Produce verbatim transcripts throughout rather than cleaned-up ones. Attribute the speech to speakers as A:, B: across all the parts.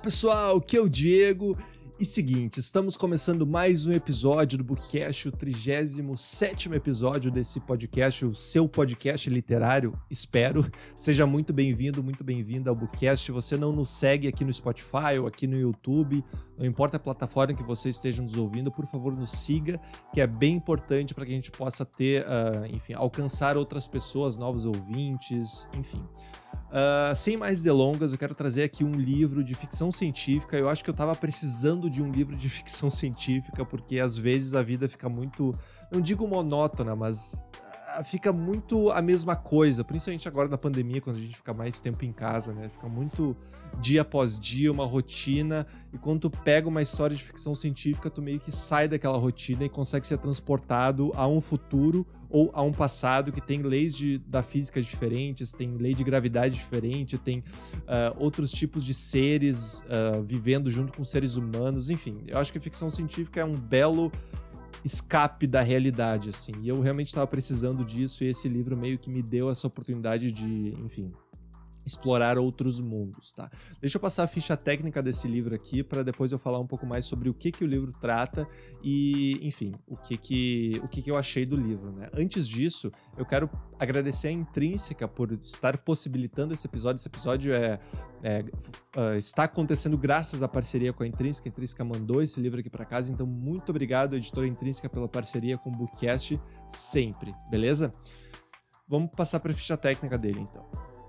A: pessoal, aqui é o Diego. E seguinte, estamos começando mais um episódio do Bookcast, o trigésimo sétimo episódio desse podcast, o seu podcast literário, espero. Seja muito bem-vindo, muito bem-vinda ao Bookcast. Se você não nos segue aqui no Spotify ou aqui no YouTube, não importa a plataforma que você esteja nos ouvindo, por favor, nos siga, que é bem importante para que a gente possa ter, uh, enfim, alcançar outras pessoas, novos ouvintes, enfim. Uh, sem mais delongas, eu quero trazer aqui um livro de ficção científica. Eu acho que eu tava precisando de um livro de ficção científica, porque às vezes a vida fica muito, não digo monótona, mas uh, fica muito a mesma coisa, principalmente agora na pandemia, quando a gente fica mais tempo em casa, né? Fica muito dia após dia, uma rotina, e quando tu pega uma história de ficção científica, tu meio que sai daquela rotina e consegue ser transportado a um futuro ou a um passado que tem leis de, da física diferentes, tem lei de gravidade diferente, tem uh, outros tipos de seres uh, vivendo junto com seres humanos, enfim. Eu acho que a ficção científica é um belo escape da realidade, assim, e eu realmente estava precisando disso, e esse livro meio que me deu essa oportunidade de, enfim, explorar outros mundos, tá? Deixa eu passar a ficha técnica desse livro aqui para depois eu falar um pouco mais sobre o que que o livro trata e, enfim, o que que, o que que eu achei do livro, né? Antes disso, eu quero agradecer a Intrínseca por estar possibilitando esse episódio. Esse episódio é, é, uh, está acontecendo graças à parceria com a Intrínseca. A Intrínseca mandou esse livro aqui para casa, então muito obrigado, editora Intrínseca, pela parceria com o Bookcast sempre, beleza? Vamos passar para a ficha técnica dele, então.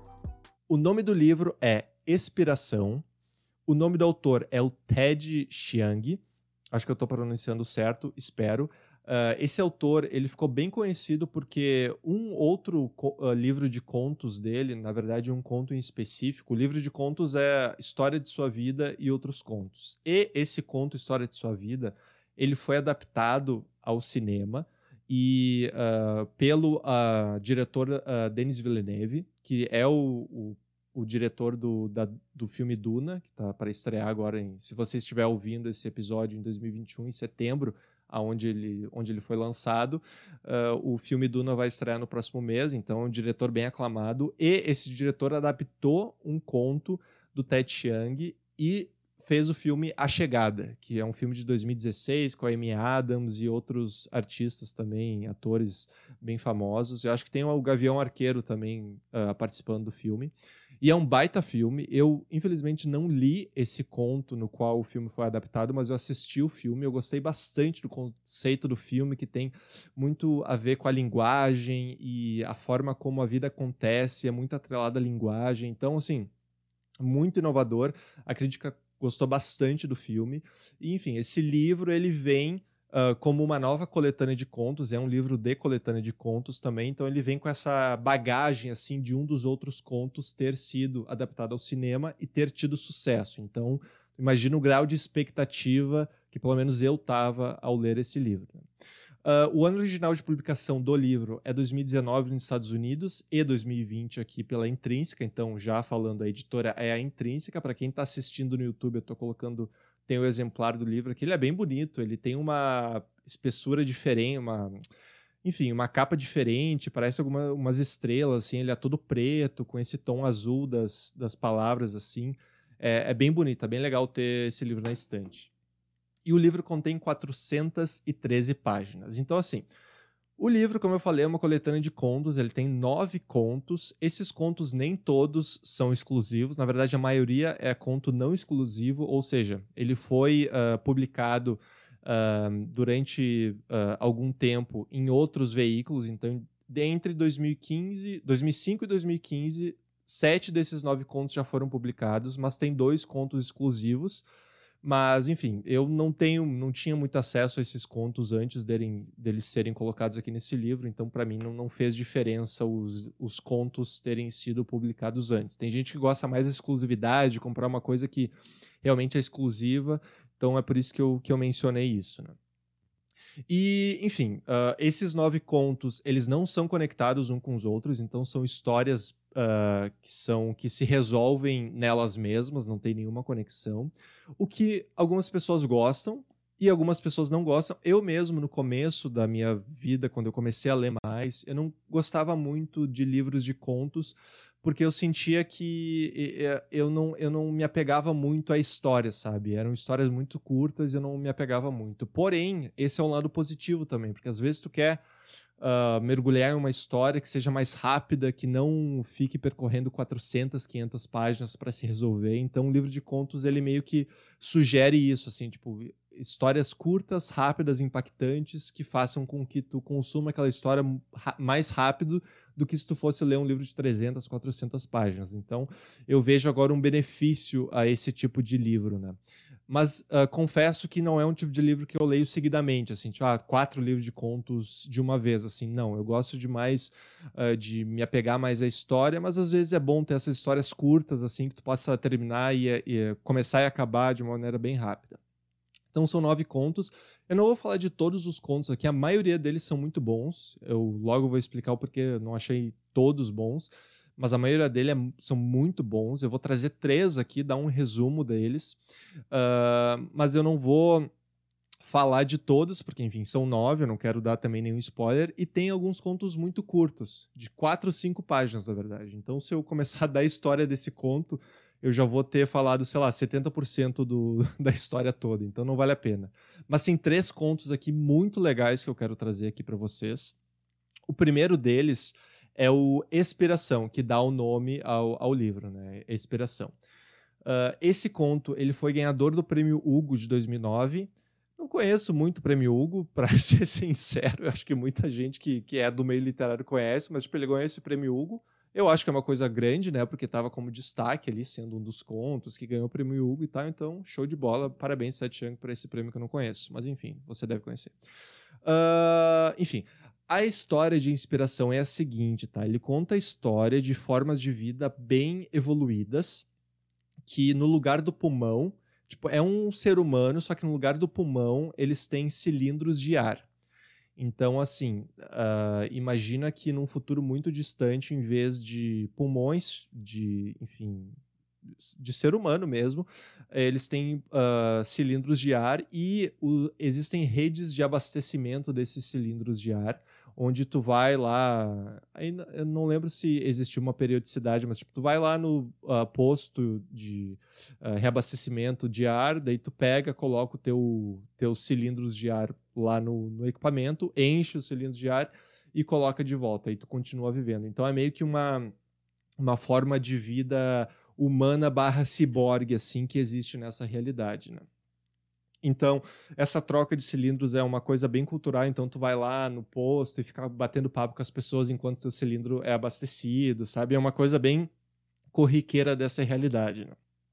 A: O nome do livro é Expiração. O nome do autor é o Ted Chiang. Acho que eu estou pronunciando certo, espero. Uh, esse autor, ele ficou bem conhecido porque um outro uh, livro de contos dele, na verdade um conto em específico, o livro de contos é História de Sua Vida e Outros Contos. E esse conto, História de Sua Vida, ele foi adaptado ao cinema e uh, pelo uh, diretor uh, Denis Villeneuve, que é o, o, o diretor do, da, do filme Duna, que está para estrear agora, em, se você estiver ouvindo esse episódio em dois mil e vinte e um, em setembro, aonde ele, onde ele foi lançado. Uh, o filme Duna vai estrear no próximo mês, então é um diretor bem aclamado, e esse diretor adaptou um conto do Ted Chiang e fez o filme A Chegada, que é um filme de dois mil e dezesseis, com a Amy Adams e outros artistas também, atores bem famosos. Eu acho que tem o Gavião Arqueiro também uh, participando do filme. E é um baita filme. Eu, infelizmente, não li esse conto no qual o filme foi adaptado, mas eu assisti o filme. Eu gostei bastante do conceito do filme, que tem muito a ver com a linguagem e a forma como a vida acontece, é muito atrelada à linguagem. Então, assim, muito inovador. A crítica gostou bastante do filme. E, enfim, esse livro ele vem uh, como uma nova coletânea de contos, é um livro de coletânea de contos também, então ele vem com essa bagagem assim, de um dos outros contos ter sido adaptado ao cinema e ter tido sucesso. Então, imagina o grau de expectativa que pelo menos eu estava ao ler esse livro. Uh, o ano original de publicação do livro é dois mil e dezenove nos Estados Unidos e dois mil e vinte aqui pela Intrínseca, então já falando, a editora é a Intrínseca. Para quem está assistindo no YouTube, eu estou colocando, tem o exemplar do livro aqui, ele é bem bonito, ele tem uma espessura diferente, uma, enfim, uma capa diferente, parece algumas umas estrelas, assim, ele é todo preto, com esse tom azul das, das palavras, assim, é, é bem bonito, é bem legal ter esse livro na estante. E o livro contém quatrocentas e treze páginas. Então, assim, o livro, como eu falei, é uma coletânea de contos, ele tem nove contos. Esses contos nem todos são exclusivos, na verdade a maioria é conto não exclusivo, ou seja, ele foi uh, publicado uh, durante uh, algum tempo em outros veículos, então entre dois mil e quinze, dois mil e cinco e dois mil e quinze, sete desses nove contos já foram publicados, mas tem dois contos exclusivos. Mas, enfim, eu não tenho, não tinha muito acesso a esses contos antes deles, deles serem colocados aqui nesse livro, então, para mim, não, não fez diferença os, os contos terem sido publicados antes. Tem gente que gosta mais da exclusividade, de comprar uma coisa que realmente é exclusiva, então é por isso que eu, que eu mencionei isso, né? E, enfim, uh, esses nove contos, eles não são conectados uns com os outros, então são histórias uh, que, são, que se resolvem nelas mesmas, não tem nenhuma conexão. O que algumas pessoas gostam e algumas pessoas não gostam. Eu mesmo, no começo da minha vida, quando eu comecei a ler mais, eu não gostava muito de livros de contos, porque eu sentia que eu não, eu não me apegava muito à história, sabe? Eram histórias muito curtas e eu não me apegava muito. Porém, esse é um lado positivo também, porque às vezes tu quer uh, mergulhar em uma história que seja mais rápida, que não fique percorrendo quatrocentas, quinhentas páginas para se resolver. Então, o livro de contos, ele meio que sugere isso, assim, tipo, histórias curtas, rápidas, impactantes, que façam com que tu consuma aquela história mais rápido do que se tu fosse ler um livro de trezentas, quatrocentas páginas. Então, eu vejo agora um benefício a esse tipo de livro, né? Mas uh, confesso que não é um tipo de livro que eu leio seguidamente, assim, tipo, ah, quatro livros de contos de uma vez, assim, não. Eu gosto demais uh, de me apegar mais à história, mas às vezes é bom ter essas histórias curtas, assim, que tu possa terminar e, e começar e acabar de uma maneira bem rápida. Então são nove contos. Eu não vou falar de todos os contos aqui, a maioria deles são muito bons. Eu logo vou explicar o porquê eu não achei todos bons, mas a maioria deles é, são muito bons. Eu vou trazer três aqui, dar um resumo deles, uh, mas eu não vou falar de todos, porque, enfim, são nove, eu não quero dar também nenhum spoiler, e tem alguns contos muito curtos, de quatro, cinco páginas, na verdade. Então, se eu começar a dar a história desse conto, eu já vou ter falado, sei lá, setenta por cento do, da história toda, então não vale a pena. Mas tem três contos aqui muito legais que eu quero trazer aqui para vocês. O primeiro deles é o Expiração, que dá o nome ao, ao livro, né? Expiração. Uh, esse conto, ele foi ganhador do Prêmio Hugo de dois mil e nove. Não conheço muito o Prêmio Hugo, para ser sincero. Eu acho que muita gente que, que é do meio literário conhece, mas tipo, ele ganhou esse Prêmio Hugo. Eu acho que é uma coisa grande, né? Porque estava como destaque ali, sendo um dos contos que ganhou o Prêmio Hugo e tal. Então, show de bola. Parabéns, Seth Young, por esse prêmio que eu não conheço. Mas, enfim, você deve conhecer. Uh, enfim, a história de Inspiração é a seguinte, tá? Ele conta a história de formas de vida bem evoluídas, que no lugar do pulmão, tipo, é um ser humano, só que no lugar do pulmão, eles têm cilindros de ar. Então, assim, uh, imagina que num futuro muito distante, em vez de pulmões, de, enfim, de ser humano mesmo, eles têm uh, cilindros de ar e o, existem redes de abastecimento desses cilindros de ar, onde tu vai lá, ainda, eu não lembro se existiu uma periodicidade, mas tipo, tu vai lá no uh, posto de uh, reabastecimento de ar, daí tu pega, coloca o teu, teus cilindros de ar lá no, no equipamento, enche os cilindros de ar e coloca de volta, aí tu continua vivendo. Então é meio que uma, uma forma de vida humana barra ciborgue, assim, que existe nessa realidade, né? Então, essa troca de cilindros é uma coisa bem cultural, então tu vai lá no posto e fica batendo papo com as pessoas enquanto o cilindro é abastecido, sabe? É uma coisa bem corriqueira dessa realidade, né?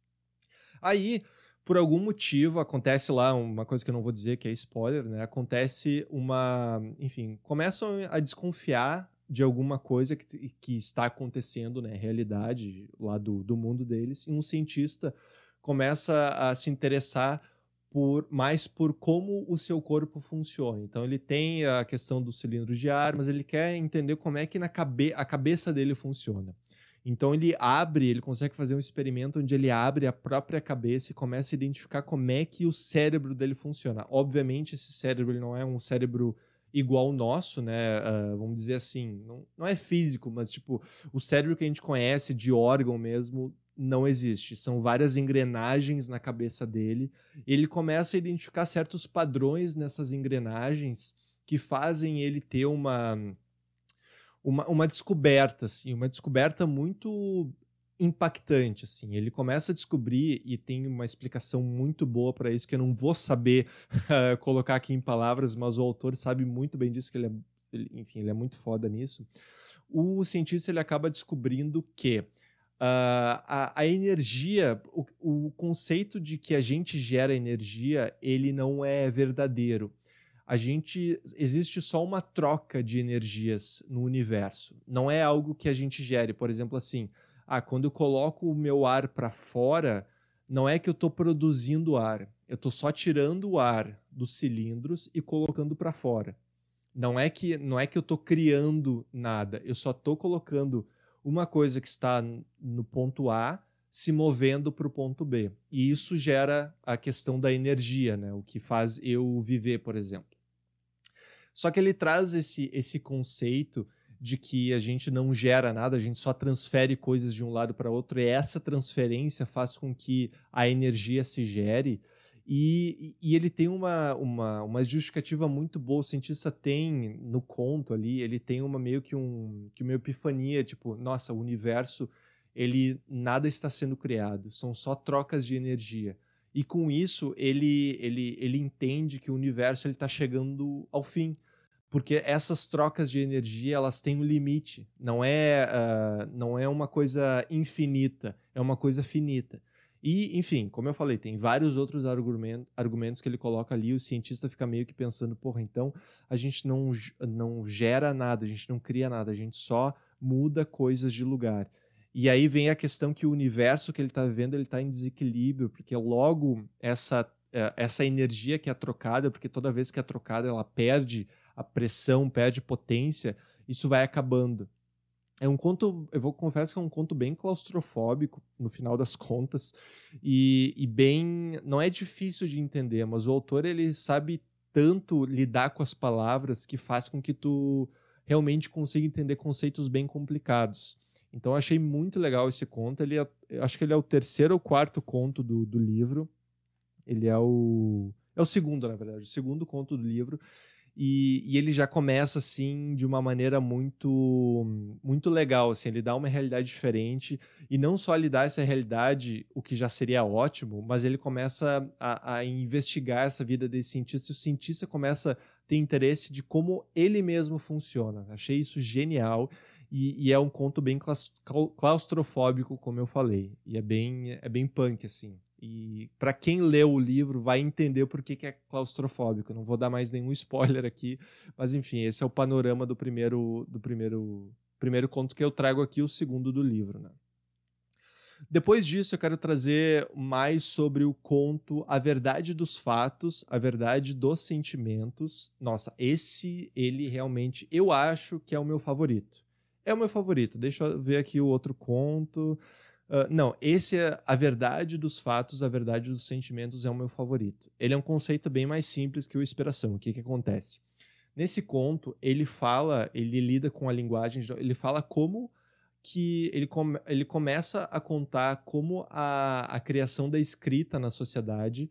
A: Aí, por algum motivo, acontece lá uma coisa que eu não vou dizer, que é spoiler, né? Acontece uma... Enfim, começam a desconfiar de alguma coisa que, que está acontecendo, né? Realidade lá do, do mundo deles, e um cientista começa a se interessar por, mais por como o seu corpo funciona. Então ele tem a questão do cilindro de ar, mas ele quer entender como é que na cabe a cabeça dele funciona. Então ele abre, ele consegue fazer um experimento onde ele abre a própria cabeça e começa a identificar como é que o cérebro dele funciona. Obviamente esse cérebro ele não é um cérebro igual ao nosso, né? Uh, vamos dizer assim, não, não é físico, mas tipo, o cérebro que a gente conhece de órgão mesmo não existe. São várias engrenagens na cabeça dele. Ele começa a identificar certos padrões nessas engrenagens que fazem ele ter uma, uma, uma descoberta, assim, uma descoberta muito impactante, assim. Ele começa a descobrir, e tem uma explicação muito boa para isso, que eu não vou saber uh, colocar aqui em palavras, mas o autor sabe muito bem disso, que ele é, ele, enfim, ele é muito foda nisso. O cientista ele acaba descobrindo que Uh, a, a energia, o, o conceito de que a gente gera energia, ele não é verdadeiro. A gente, existe só uma troca de energias no universo. Não é algo que a gente gere. Por exemplo, assim, ah, quando eu coloco o meu ar para fora, não é que eu estou produzindo ar. Eu estou só tirando o ar dos cilindros e colocando para fora. Não é que, não é que eu estou criando nada. Eu só estou colocando uma coisa que está no ponto A se movendo para o ponto B. E isso gera a questão da energia, né? O que faz eu viver, por exemplo. Só que ele traz esse, esse conceito de que a gente não gera nada, a gente só transfere coisas de um lado para outro, e essa transferência faz com que a energia se gere. E, e ele tem uma, uma, uma justificativa muito boa. O cientista tem, no conto ali, ele tem uma meio que, um, que uma epifania, tipo, nossa, o universo, ele nada está sendo criado, são só trocas de energia. E com isso, ele, ele, ele entende que o universo está chegando ao fim. Porque essas trocas de energia, elas têm um limite. Não é, uh, não é uma coisa infinita, é uma coisa finita. E, enfim, como eu falei, tem vários outros argumentos, argumentos que ele coloca ali, o cientista fica meio que pensando, porra, então a gente não, não gera nada, a gente não cria nada, a gente só muda coisas de lugar. E aí vem a questão que o universo que ele está vivendo, ele está em desequilíbrio, porque logo essa, essa energia que é trocada, porque toda vez que é trocada ela perde a pressão, perde potência, isso vai acabando. É um conto, eu vou confesso que é um conto bem claustrofóbico, no final das contas, e, e bem, não é difícil de entender, mas o autor, ele sabe tanto lidar com as palavras que faz com que tu realmente consiga entender conceitos bem complicados. Então, eu achei muito legal esse conto. Ele é, eu acho que ele é o terceiro ou quarto conto do, do livro. Ele é o... É o segundo, na verdade. O segundo conto do livro. E, e ele já começa, assim, de uma maneira muito, muito legal. Assim, ele dá uma realidade diferente. E não só ele dá essa realidade, o que já seria ótimo, mas ele começa a, a investigar essa vida desse cientista. E o cientista começa a ter interesse de como ele mesmo funciona. Achei isso genial. E, e é um conto bem claustrofóbico, como eu falei. E é bem, é bem punk, assim. E para quem leu o livro vai entender por que, que é claustrofóbico. Não vou dar mais nenhum spoiler aqui, mas enfim, esse é o panorama do primeiro, do primeiro, primeiro conto que eu trago aqui, o segundo do livro, né? Depois disso, eu quero trazer mais sobre o conto A Verdade dos Fatos, A Verdade dos Sentimentos. Nossa, esse, ele realmente, eu acho que é o meu favorito. É o meu favorito. Deixa eu ver aqui o outro conto. Uh, não, esse é A Verdade dos Fatos, A Verdade dos Sentimentos é o meu favorito. Ele é um conceito bem mais simples que o Inspiração. O que que acontece? Nesse conto, ele fala, ele lida com a linguagem, ele fala como que ele, come, ele começa a contar como a, a criação da escrita na sociedade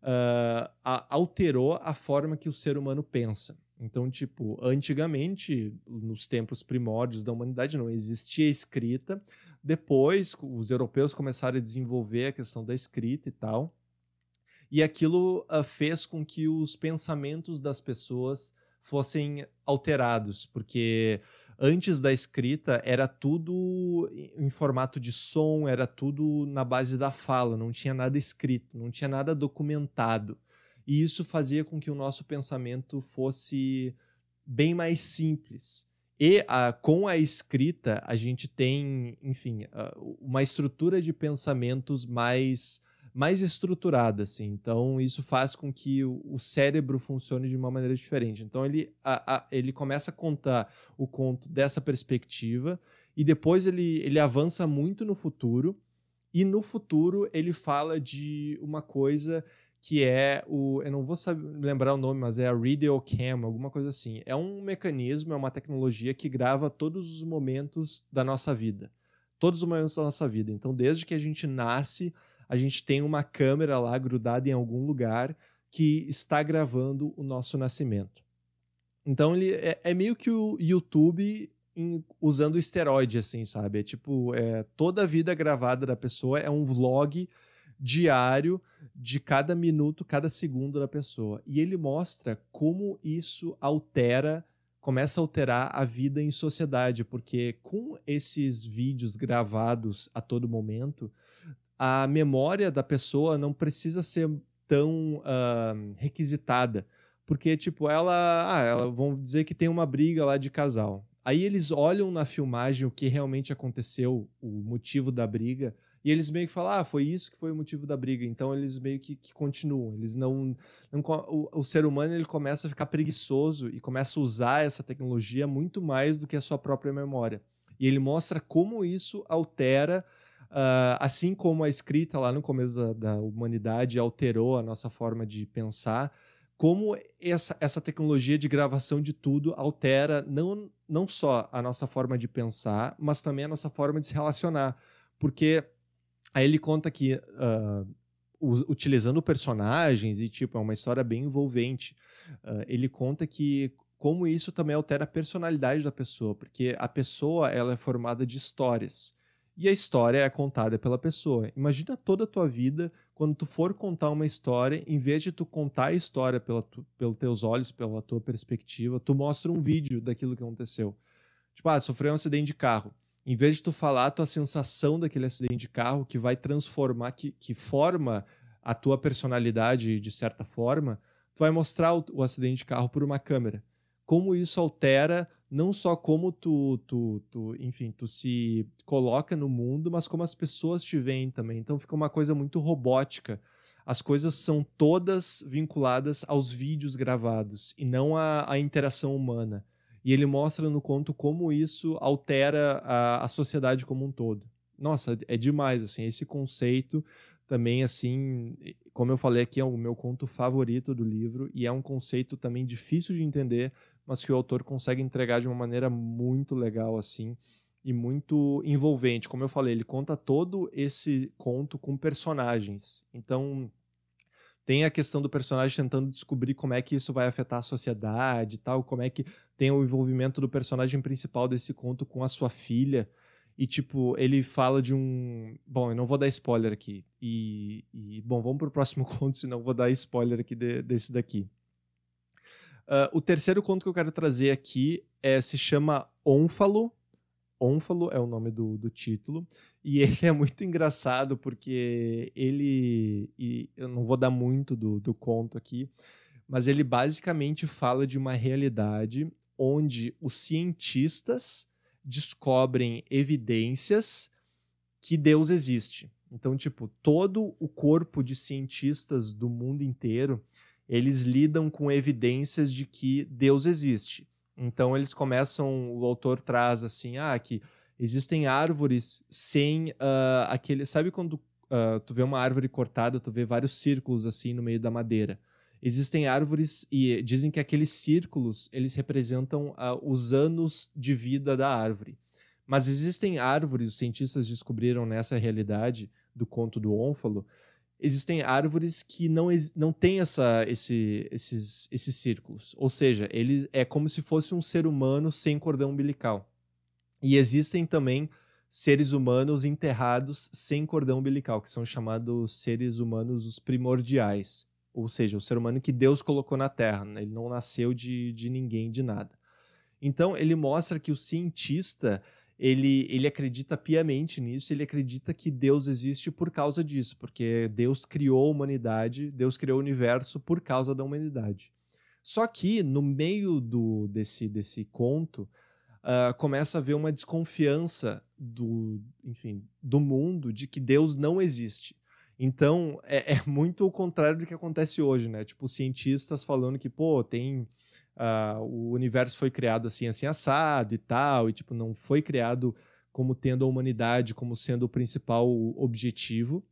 A: uh, a, alterou a forma que o ser humano pensa. Então, tipo, antigamente, nos tempos primórdios da humanidade, não existia escrita. Depois, os europeus começaram a desenvolver a questão da escrita e tal. E aquilo uh, fez com que os pensamentos das pessoas fossem alterados, porque antes da escrita era tudo em formato de som, era tudo na base da fala, não tinha nada escrito, não tinha nada documentado. E isso fazia com que o nosso pensamento fosse bem mais simples. E a, com a escrita, a gente tem, enfim, uh, uma estrutura de pensamentos mais, mais estruturada, assim. Então, isso faz com que o, o cérebro funcione de uma maneira diferente. Então, ele, a, a, ele começa a contar o conto dessa perspectiva e depois ele, ele avança muito no futuro. E no futuro, ele fala de uma coisa que é o... Eu não vou saber, lembrar o nome, mas é a Videocam, alguma coisa assim. É um mecanismo, é uma tecnologia que grava todos os momentos da nossa vida. Todos os momentos da nossa vida. Então, desde que a gente nasce, a gente tem uma câmera lá grudada em algum lugar que está gravando o nosso nascimento. Então, ele é, é meio que o YouTube em, usando esteroide, assim, sabe? É tipo, é, toda a vida gravada da pessoa é um vlog diário de cada minuto, cada segundo da pessoa. E ele mostra como isso altera, começa a alterar a vida em sociedade, porque com esses vídeos gravados a todo momento, a memória da pessoa não precisa ser tão uh, requisitada, porque, tipo, ela, ah, ela, vão dizer que tem uma briga lá de casal. Aí eles olham na filmagem o que realmente aconteceu, o motivo da briga, e eles meio que falam, ah, foi isso que foi o motivo da briga. Então eles meio que, que continuam. Eles não, não o, o ser humano ele começa a ficar preguiçoso e começa a usar essa tecnologia muito mais do que a sua própria memória. E ele mostra como isso altera, uh, assim como a escrita lá no começo da, da humanidade alterou a nossa forma de pensar, como essa, essa tecnologia de gravação de tudo altera não, não só a nossa forma de pensar, mas também a nossa forma de se relacionar. Porque aí ele conta que, uh, us, utilizando personagens, e tipo, é uma história bem envolvente, uh, ele conta que como isso também altera a personalidade da pessoa, porque a pessoa ela é formada de histórias. E a história é contada pela pessoa. Imagina toda a tua vida, quando tu for contar uma história, em vez de tu contar a história pela tu, pelos teus olhos, pela tua perspectiva, tu mostra um vídeo daquilo que aconteceu. Tipo, ah, sofreu um acidente de carro. Em vez de tu falar a tua sensação daquele acidente de carro, que vai transformar, que, que forma a tua personalidade de certa forma, tu vai mostrar o, o acidente de carro por uma câmera. Como isso altera não só como tu, tu, tu, enfim, tu se coloca no mundo, mas como as pessoas te veem também. Então fica uma coisa muito robótica. As coisas são todas vinculadas aos vídeos gravados e não à, à interação humana. E ele mostra no conto como isso altera a, a sociedade como um todo. Nossa, é demais, assim, esse conceito também, assim, como eu falei aqui, é o meu conto favorito do livro e é um conceito também difícil de entender, mas que o autor consegue entregar de uma maneira muito legal, assim, e muito envolvente. Como eu falei, ele conta todo esse conto com personagens. Então, tem a questão do personagem tentando descobrir como é que isso vai afetar a sociedade e tal, como é que tem o envolvimento do personagem principal desse conto com a sua filha. E, tipo, ele fala de um... Bom, eu não vou dar spoiler aqui. E, e bom, vamos pro próximo conto, senão eu vou dar spoiler aqui de, desse daqui. Uh, o terceiro conto que eu quero trazer aqui é, se chama Ônfalo. Ônfalo é o nome do, do título. E ele é muito engraçado porque ele... E eu não vou dar muito do, do conto aqui, mas ele basicamente fala de uma realidade onde os cientistas descobrem evidências que Deus existe. Então, tipo, todo o corpo de cientistas do mundo inteiro, eles lidam com evidências de que Deus existe. Então, eles começam, o autor traz assim, ah, que existem árvores sem uh, aquele... Sabe quando uh, tu vê uma árvore cortada, tu vê vários círculos assim no meio da madeira? Existem árvores e dizem que aqueles círculos, eles representam uh, os anos de vida da árvore. Mas existem árvores, os cientistas descobriram nessa realidade do conto do Ônfalo, existem árvores que não, não têm essa, esse, esses, esses círculos. Ou seja, ele é como se fosse um ser humano sem cordão umbilical. E existem também seres humanos enterrados sem cordão umbilical, que são chamados seres humanos os primordiais. Ou seja, o ser humano que Deus colocou na Terra, né? Ele não nasceu de, de ninguém, de nada. Então, ele mostra que o cientista, ele, ele acredita piamente nisso, ele acredita que Deus existe por causa disso, porque Deus criou a humanidade, Deus criou o universo por causa da humanidade. Só que, no meio do, desse, desse conto, uh, começa a haver uma desconfiança do, enfim, do mundo de que Deus não existe. Então, é, é muito o contrário do que acontece hoje, né? Tipo, cientistas falando que, pô, tem... Uh, o universo foi criado assim, assim, assado e tal, e, tipo, não foi criado como tendo a humanidade como sendo o principal objetivo,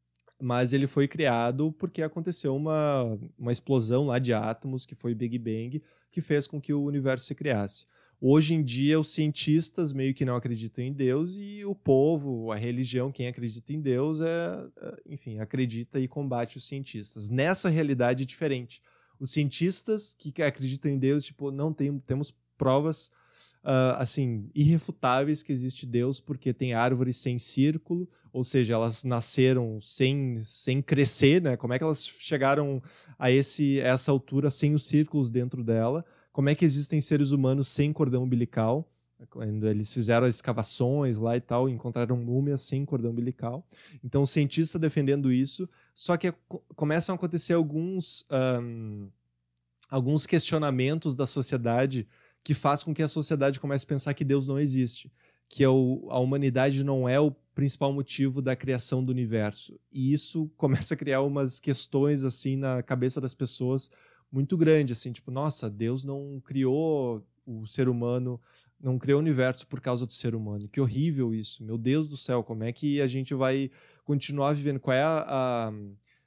A: mas ele foi criado porque aconteceu uma, uma explosão lá de átomos, que foi Big Bang, que fez com que o universo se criasse. Hoje em dia, os cientistas meio que não acreditam em Deus e o povo, a religião, quem acredita em Deus, é, enfim, acredita e combate os cientistas. Nessa realidade diferente. Os cientistas que acreditam em Deus, tipo, não tem, temos provas uh, assim, irrefutáveis que existe Deus, porque tem árvores sem círculo, ou seja, elas nasceram sem, sem crescer, né? Como é que elas chegaram a esse, essa altura sem os círculos dentro dela? Como é que existem seres humanos sem cordão umbilical? Quando eles fizeram as escavações lá e tal, encontraram múmias sem cordão umbilical. Então, o cientista defendendo isso, só que começam a acontecer alguns, um, alguns questionamentos da sociedade que faz com que a sociedade comece a pensar que Deus não existe, que é o, a humanidade não é o principal motivo da criação do universo. E isso começa a criar umas questões assim na cabeça das pessoas muito grandes, assim, tipo, nossa, Deus não criou o ser humano, não criou o universo por causa do ser humano. Que horrível isso. Meu Deus do céu, como é que a gente vai continuar vivendo? Qual é a, a,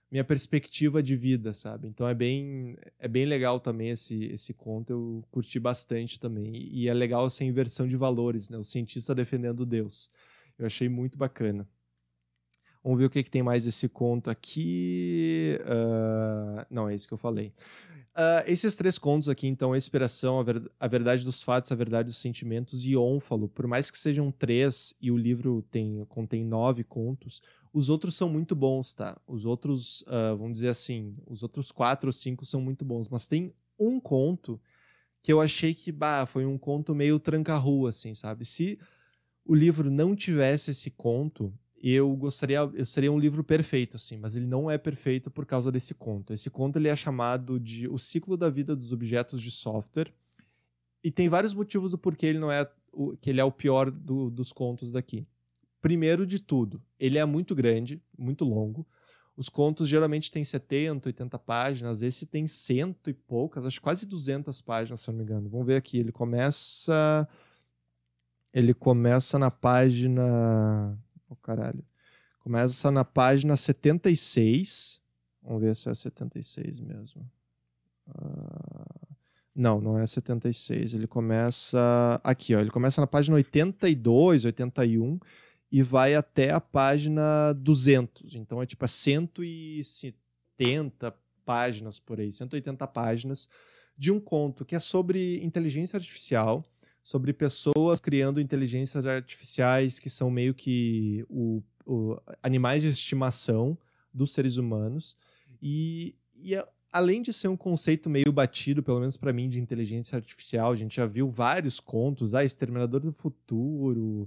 A: minha perspectiva de vida, sabe? Então é bem, é bem legal também esse, esse conto, eu curti bastante também. E é legal essa inversão de valores, né? O cientista defendendo Deus. Eu achei muito bacana. Vamos ver o que, que tem mais desse conto aqui. Uh, não, é isso que eu falei. Uh, esses três contos aqui, então, a Inspiração, a, ver a Verdade dos Fatos, a Verdade dos Sentimentos e Ônfalo, por mais que sejam três e o livro tem, contém nove contos, os outros são muito bons, tá? Os outros, uh, vamos dizer assim, os outros quatro ou cinco são muito bons, mas tem um conto que eu achei que, bah, foi um conto meio tranca-rua, assim, sabe? Se o livro não tivesse esse conto, eu gostaria, eu seria um livro perfeito, assim, mas ele não é perfeito por causa desse conto. Esse conto ele é chamado de O Ciclo da Vida dos Objetos de Software, e tem vários motivos do porquê ele não é o, que ele é o pior do, dos contos daqui. Primeiro de tudo, ele é muito grande, muito longo. Os contos geralmente têm setenta, oitenta páginas, esse tem cento e poucas, acho quase duzentas páginas, se eu não me engano. Vamos ver aqui, ele começa... Ele começa na página... Oh, caralho. Começa na página setenta e seis. Vamos ver se é setenta e seis mesmo. Uh... Não, não é setenta e seis. Ele começa... Aqui, ó. Ele começa na página oitenta e dois, oitenta e um e vai até a página duzentos. Então é tipo é cento e setenta páginas por aí, cento e oitenta páginas de um conto que é sobre inteligência artificial, sobre pessoas criando inteligências artificiais que são meio que o, o, animais de estimação dos seres humanos. E, e além de ser um conceito meio batido, pelo menos para mim, de inteligência artificial, a gente já viu vários contos, ah, Exterminador do Futuro,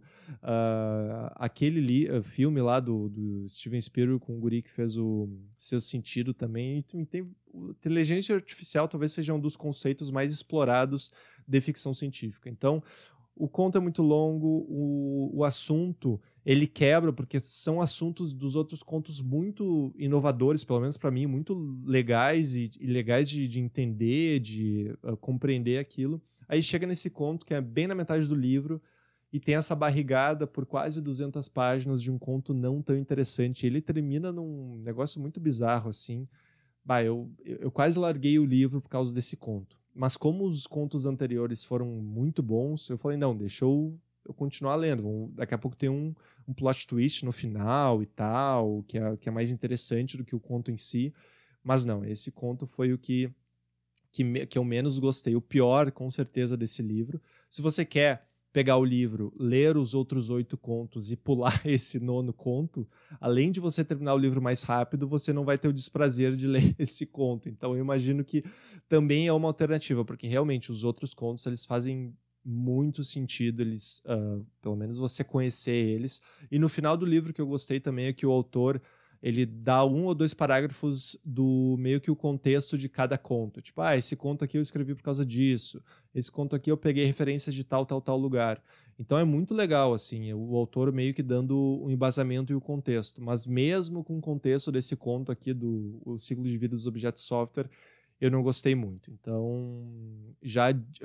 A: uh, aquele li, uh, filme lá do, do Steven Spielberg com o guri que fez o Sexto Sentido também. E tem, tem, inteligência artificial talvez seja um dos conceitos mais explorados de ficção científica. Então, o conto é muito longo, o, o assunto ele quebra, porque são assuntos dos outros contos muito inovadores, pelo menos para mim, muito legais e, e legais de, de entender, de uh, compreender aquilo. Aí chega nesse conto, que é bem na metade do livro, e tem essa barrigada por quase duzentas páginas de um conto não tão interessante. Ele termina num negócio muito bizarro, assim. Bah, eu, eu quase larguei o livro por causa desse conto. Mas como os contos anteriores foram muito bons, eu falei, não, deixa eu, eu continuar lendo. Daqui a pouco tem um, um plot twist no final e tal, que é, que é mais interessante do que o conto em si. Mas não, esse conto foi o que, que, me, que eu menos gostei. O pior, com certeza, desse livro. Se você quer pegar o livro, ler os outros oito contos e pular esse nono conto, além de você terminar o livro mais rápido, você não vai ter o desprazer de ler esse conto. Então eu imagino que também é uma alternativa, porque realmente os outros contos eles fazem muito sentido, eles, uh, pelo menos você conhecer eles. E no final do livro que eu gostei também é que o autor ele dá um ou dois parágrafos do meio que o contexto de cada conto. Tipo, ah, esse conto aqui eu escrevi por causa disso. Esse conto aqui eu peguei referências de tal, tal, tal lugar. Então é muito legal, assim, o autor meio que dando o embasamento e o contexto. Mas mesmo com o contexto desse conto aqui do o ciclo de vida dos objetos de software, eu não gostei muito. Então, já,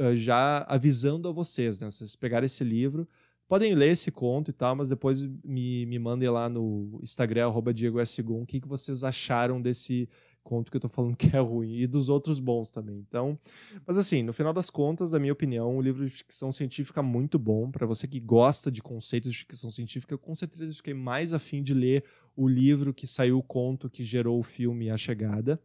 A: já avisando a vocês, né? Vocês pegarem esse livro, podem ler esse conto e tal, mas depois me, me mandem lá no Instagram, arroba Diego S. Gon, o que, que vocês acharam desse conto que eu tô falando que é ruim, e dos outros bons também. Então, mas assim, no final das contas, da minha opinião, o livro de ficção científica é muito bom. Para você que gosta de conceitos de ficção científica, eu com certeza fiquei mais afim de ler o livro que saiu o conto que gerou o filme A Chegada.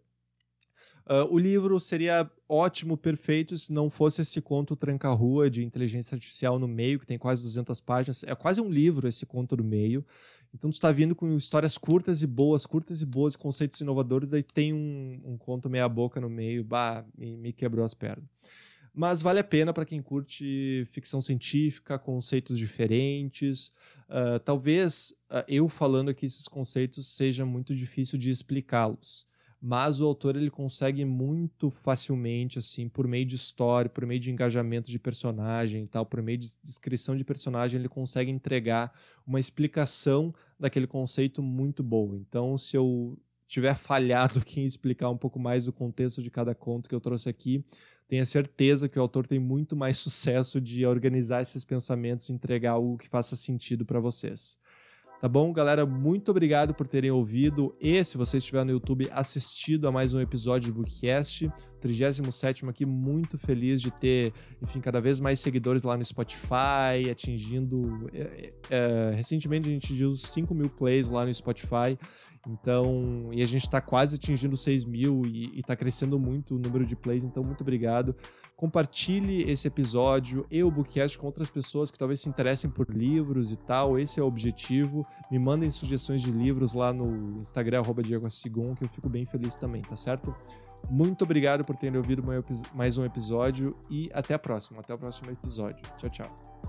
A: Uh, o livro seria ótimo, perfeito, se não fosse esse conto tranca-rua de inteligência artificial no meio, que tem quase duzentas páginas. É quase um livro esse conto no meio. Então tu está vindo com histórias curtas e boas, curtas e boas, conceitos inovadores, daí tem um, um conto meia boca no meio, bah, me, me quebrou as pernas. Mas vale a pena para quem curte ficção científica, conceitos diferentes. Uh, talvez uh, eu falando aqui esses conceitos seja muito difícil de explicá-los. Mas o autor ele consegue muito facilmente, assim, por meio de história, por meio de engajamento de personagem e tal, por meio de descrição de personagem, ele consegue entregar uma explicação daquele conceito muito boa. Então, se eu tiver falhado aqui em explicar um pouco mais o contexto de cada conto que eu trouxe aqui, tenha certeza que o autor tem muito mais sucesso de organizar esses pensamentos e entregar algo que faça sentido para vocês. Tá bom, galera? Muito obrigado por terem ouvido e, se você estiver no YouTube, assistido a mais um episódio do Bookcast, trigésimo sétimo aqui, muito feliz de ter, enfim, cada vez mais seguidores lá no Spotify, atingindo... É, é, recentemente a gente atingiu cinco mil plays lá no Spotify, então, e a gente tá quase atingindo seis mil e, e tá crescendo muito o número de plays, então muito obrigado. Compartilhe esse episódio e o Bookcast com outras pessoas que talvez se interessem por livros e tal. Esse é o objetivo. Me mandem sugestões de livros lá no Instagram, arroba Diego Assigon, que eu fico bem feliz também, tá certo? Muito obrigado por terem ouvido mais um episódio e até a próxima. Até o próximo episódio. Tchau, tchau.